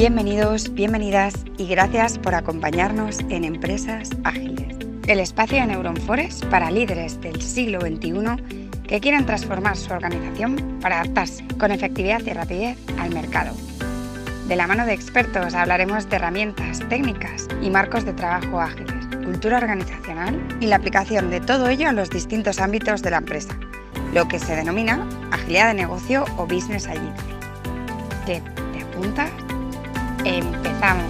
Bienvenidos, bienvenidas y gracias por acompañarnos en Empresas Ágiles, el espacio de Neuron Forest para líderes del siglo XXI que quieren transformar su organización para adaptarse con efectividad y rapidez al mercado. De la mano de expertos hablaremos de herramientas, técnicas y marcos de trabajo ágiles, cultura organizacional y la aplicación de todo ello en los distintos ámbitos de la empresa, lo que se denomina agilidad de negocio o business agility. ¿Te apuntas? ¡Empezamos!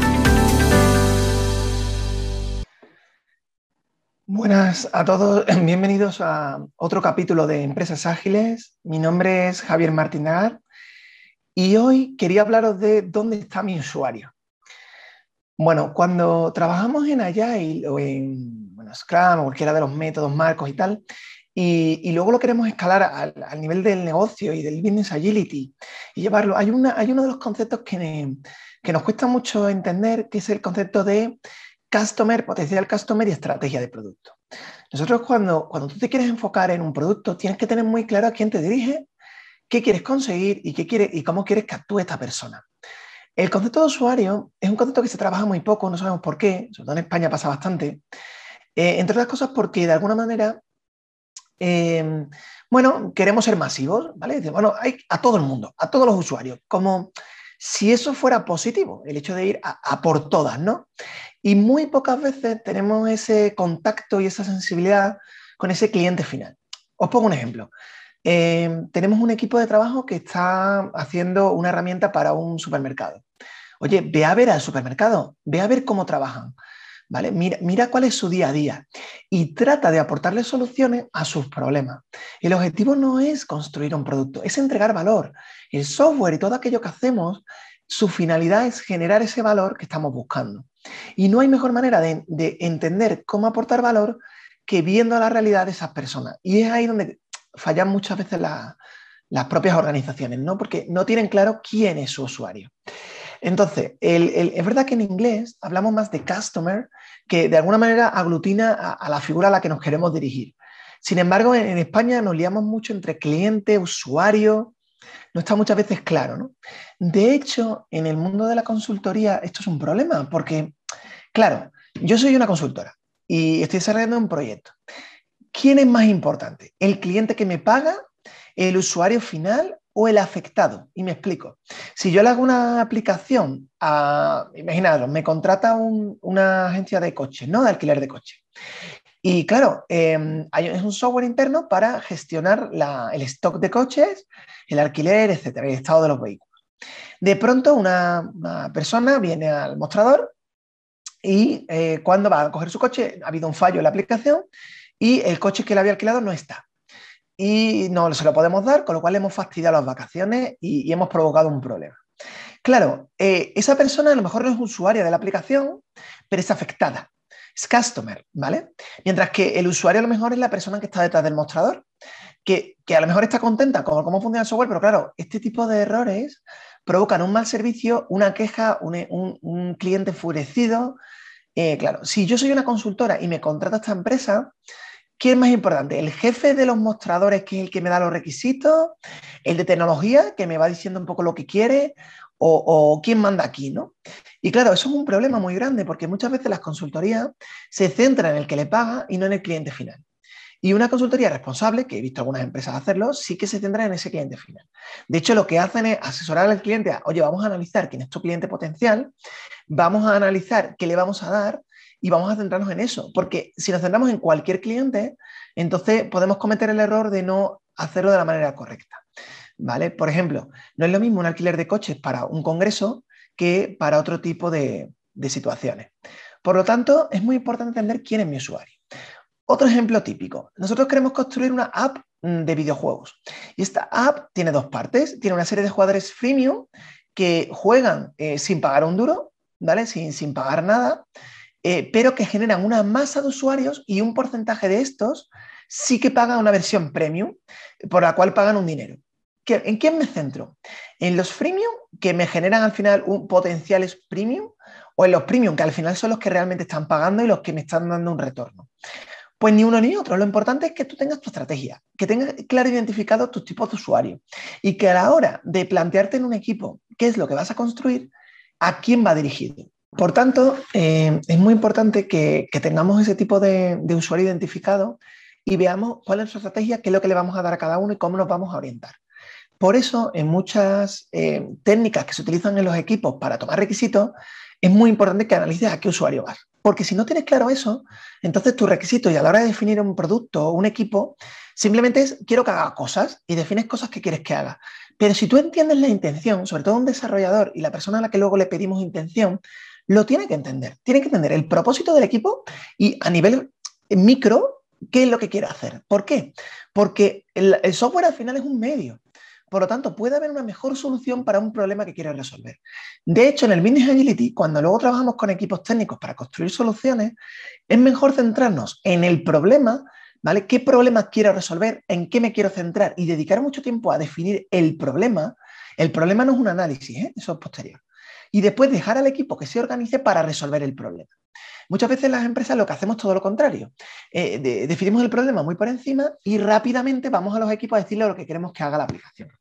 Buenas a todos, bienvenidos a otro capítulo de Empresas Ágiles. Mi nombre es Javier Martín Nagar y hoy quería hablaros de dónde está mi usuario. Bueno, cuando trabajamos en Agile o en Scrum o cualquiera de los métodos, marcos y tal, y luego lo queremos escalar al nivel del negocio y del business agility y llevarlo, hay uno de los conceptos que nos cuesta mucho entender, que es el concepto de customer, potencial customer y estrategia de producto. Nosotros cuando tú te quieres enfocar en un producto, tienes que tener muy claro a quién te dirige, qué quieres conseguir y cómo quieres que actúe esta persona. El concepto de usuario es un concepto que se trabaja muy poco, no sabemos por qué, sobre todo en España pasa bastante, entre otras cosas porque de alguna manera, queremos ser masivos, ¿vale? Bueno, hay a todo el mundo, a todos los usuarios, como si eso fuera positivo, el hecho de ir a por todas, ¿no? Y muy pocas veces tenemos ese contacto y esa sensibilidad con ese cliente final. Os pongo un ejemplo. Tenemos un equipo de trabajo que está haciendo una herramienta para un supermercado. Oye, ve a ver al supermercado, ve a ver cómo trabajan, ¿vale? Mira cuál es su día a día y trata de aportarle soluciones a sus problemas. El objetivo no es construir un producto, es entregar valor. El software y todo aquello que hacemos, su finalidad es generar ese valor que estamos buscando. Y no hay mejor manera de entender cómo aportar valor que viendo la realidad de esas personas. Y es ahí donde fallan muchas veces las propias organizaciones, ¿no? Porque no tienen claro quién es su usuario. Entonces, es verdad que en inglés hablamos más de customer, que de alguna manera aglutina a la figura a la que nos queremos dirigir. Sin embargo, en España nos liamos mucho entre cliente, usuario, no está muchas veces claro, ¿no? De hecho, en el mundo de la consultoría esto es un problema, porque, claro, yo soy una consultora y estoy desarrollando un proyecto. ¿Quién es más importante? ¿El cliente que me paga, el usuario final o el afectado? Y me explico. Si yo le hago una aplicación imaginaros, me contrata una agencia de coches, ¿no? De alquiler de coches. Y claro, es un software interno para gestionar el stock de coches, el alquiler, etcétera, el estado de los vehículos. De pronto una persona viene al mostrador y cuando va a coger su coche ha habido un fallo en la aplicación y el coche que le había alquilado no está. Y no se lo podemos dar, con lo cual hemos fastidiado las vacaciones y hemos provocado un problema. Claro, esa persona a lo mejor no es usuaria de la aplicación, pero es afectada. Es customer, ¿vale? Mientras que el usuario a lo mejor es la persona que está detrás del mostrador, que a lo mejor está contenta con cómo funciona el software, pero claro, este tipo de errores provocan un mal servicio, una queja, un cliente enfurecido. Claro, si yo soy una consultora y me contrata esta empresa, ¿quién es más importante? ¿El jefe de los mostradores, que es el que me da los requisitos? ¿El de tecnología, que me va diciendo un poco lo que quiere? ¿O quién manda aquí, no? Y claro, eso es un problema muy grande porque muchas veces las consultorías se centran en el que le paga y no en el cliente final. Y una consultoría responsable, que he visto algunas empresas hacerlo, sí que se centra en ese cliente final. De hecho, lo que hacen es asesorar al cliente oye, vamos a analizar quién es tu cliente potencial, vamos a analizar qué le vamos a dar y vamos a centrarnos en eso. Porque si nos centramos en cualquier cliente, entonces podemos cometer el error de no hacerlo de la manera correcta, ¿vale? Por ejemplo, no es lo mismo un alquiler de coches para un congreso que para otro tipo de situaciones. Por lo tanto, es muy importante entender quién es mi usuario. Otro ejemplo típico. Nosotros queremos construir una app de videojuegos. Y esta app tiene dos partes. Tiene una serie de jugadores freemium que juegan sin pagar un duro, ¿vale? Sin pagar nada, pero que generan una masa de usuarios y un porcentaje de estos sí que pagan una versión premium por la cual pagan un dinero. ¿En quién me centro? ¿En los freemium que me generan al final potenciales premium o en los premium que al final son los que realmente están pagando y los que me están dando un retorno? Pues ni uno ni otro. Lo importante es que tú tengas tu estrategia, que tengas claro identificado tus tipos de usuarios y que a la hora de plantearte en un equipo qué es lo que vas a construir, a quién va dirigido. Por tanto, es muy importante que tengamos ese tipo de usuario identificado y veamos cuál es su estrategia, qué es lo que le vamos a dar a cada uno y cómo nos vamos a orientar. Por eso, en muchas técnicas que se utilizan en los equipos para tomar requisitos, es muy importante que analices a qué usuario vas. Porque si no tienes claro eso, entonces tu requisito y a la hora de definir un producto o un equipo, simplemente es quiero que haga cosas y defines cosas que quieres que haga. Pero si tú entiendes la intención, sobre todo un desarrollador y la persona a la que luego le pedimos intención, lo tiene que entender. Tiene que entender el propósito del equipo y a nivel micro, qué es lo que quiere hacer. ¿Por qué? Porque el software al final es un medio. Por lo tanto, puede haber una mejor solución para un problema que quieres resolver. De hecho, en el Business Agility, cuando luego trabajamos con equipos técnicos para construir soluciones, es mejor centrarnos en el problema, ¿vale? ¿Qué problema quiero resolver? ¿En qué me quiero centrar? Y dedicar mucho tiempo a definir el problema. El problema no es un análisis, ¿eh? Eso es posterior. Y después dejar al equipo que se organice para resolver el problema. Muchas veces las empresas lo que hacemos es todo lo contrario. Definimos el problema muy por encima y rápidamente vamos a los equipos a decirle lo que queremos que haga la aplicación.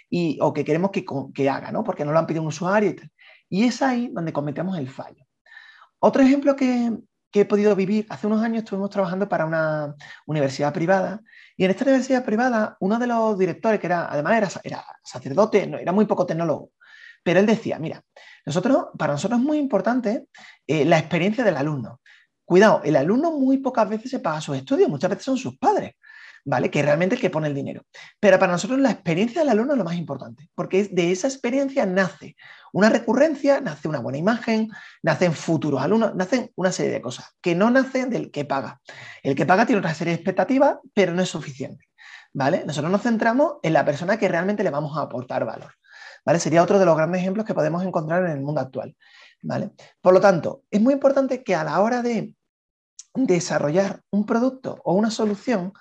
O que queremos que haga, ¿no? Porque no lo han pedido un usuario y tal. Y es ahí donde cometemos el fallo. Otro ejemplo que he podido vivir, hace unos años estuvimos trabajando para una universidad privada y en esta universidad privada uno de los directores, que además era sacerdote, no, era muy poco tecnólogo, pero él decía, mira, para nosotros es muy importante la experiencia del alumno. Cuidado, el alumno muy pocas veces se paga sus estudios, muchas veces son sus padres, ¿vale? Que es realmente el que pone el dinero. Pero para nosotros la experiencia del alumno es lo más importante, porque de esa experiencia nace una recurrencia, nace una buena imagen, nacen futuros alumnos, nacen una serie de cosas que no nacen del que paga. El que paga tiene otra serie de expectativas, pero no es suficiente, ¿vale? Nosotros nos centramos en la persona que realmente le vamos a aportar valor, ¿vale? Sería otro de los grandes ejemplos que podemos encontrar en el mundo actual, ¿vale? Por lo tanto, es muy importante que a la hora de desarrollar un producto o una solución,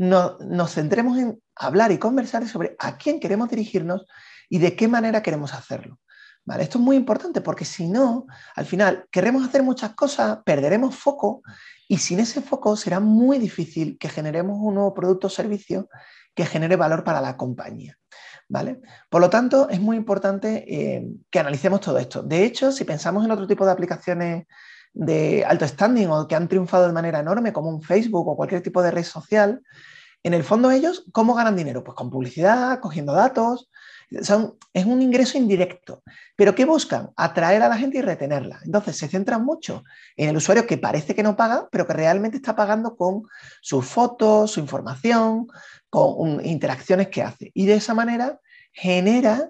nos centremos en hablar y conversar sobre a quién queremos dirigirnos y de qué manera queremos hacerlo. ¿Vale? Esto es muy importante porque si no, al final queremos hacer muchas cosas, perderemos foco y sin ese foco será muy difícil que generemos un nuevo producto o servicio que genere valor para la compañía. ¿Vale? Por lo tanto, es muy importante que analicemos todo esto. De hecho, si pensamos en otro tipo de aplicaciones de alto standing o que han triunfado de manera enorme, como un Facebook o cualquier tipo de red social, en el fondo ellos, ¿cómo ganan dinero? Pues con publicidad, cogiendo datos. Es un ingreso indirecto. ¿Pero qué buscan? Atraer a la gente y retenerla. Entonces se centran mucho en el usuario que parece que no paga, pero que realmente está pagando con sus fotos, su información, con interacciones que hace. Y de esa manera genera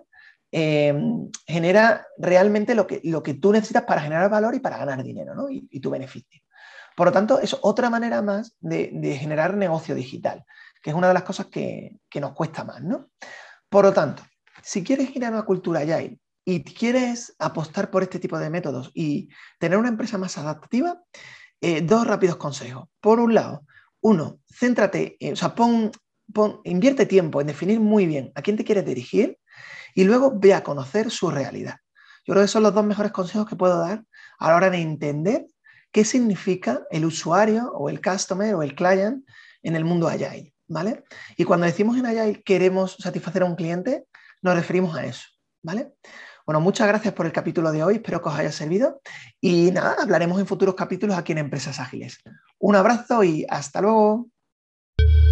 realmente lo que tú necesitas para generar valor y para ganar dinero, ¿no? Y tu beneficio. Por lo tanto, es otra manera más de generar negocio digital, que es una de las cosas que nos cuesta más, ¿no? Por lo tanto, si quieres generar una cultura agile y quieres apostar por este tipo de métodos y tener una empresa más adaptativa, dos rápidos consejos. Por un lado, céntrate, invierte tiempo en definir muy bien a quién te quieres dirigir y luego ve a conocer su realidad. Yo creo que son los dos mejores consejos que puedo dar a la hora de entender qué significa el usuario o el customer o el client en el mundo Agile, ¿vale? Y cuando decimos en Agile queremos satisfacer a un cliente, nos referimos a eso, ¿vale? Bueno, muchas gracias por el capítulo de hoy, espero que os haya servido y nada, hablaremos en futuros capítulos aquí en Empresas Ágiles. Un abrazo y hasta luego.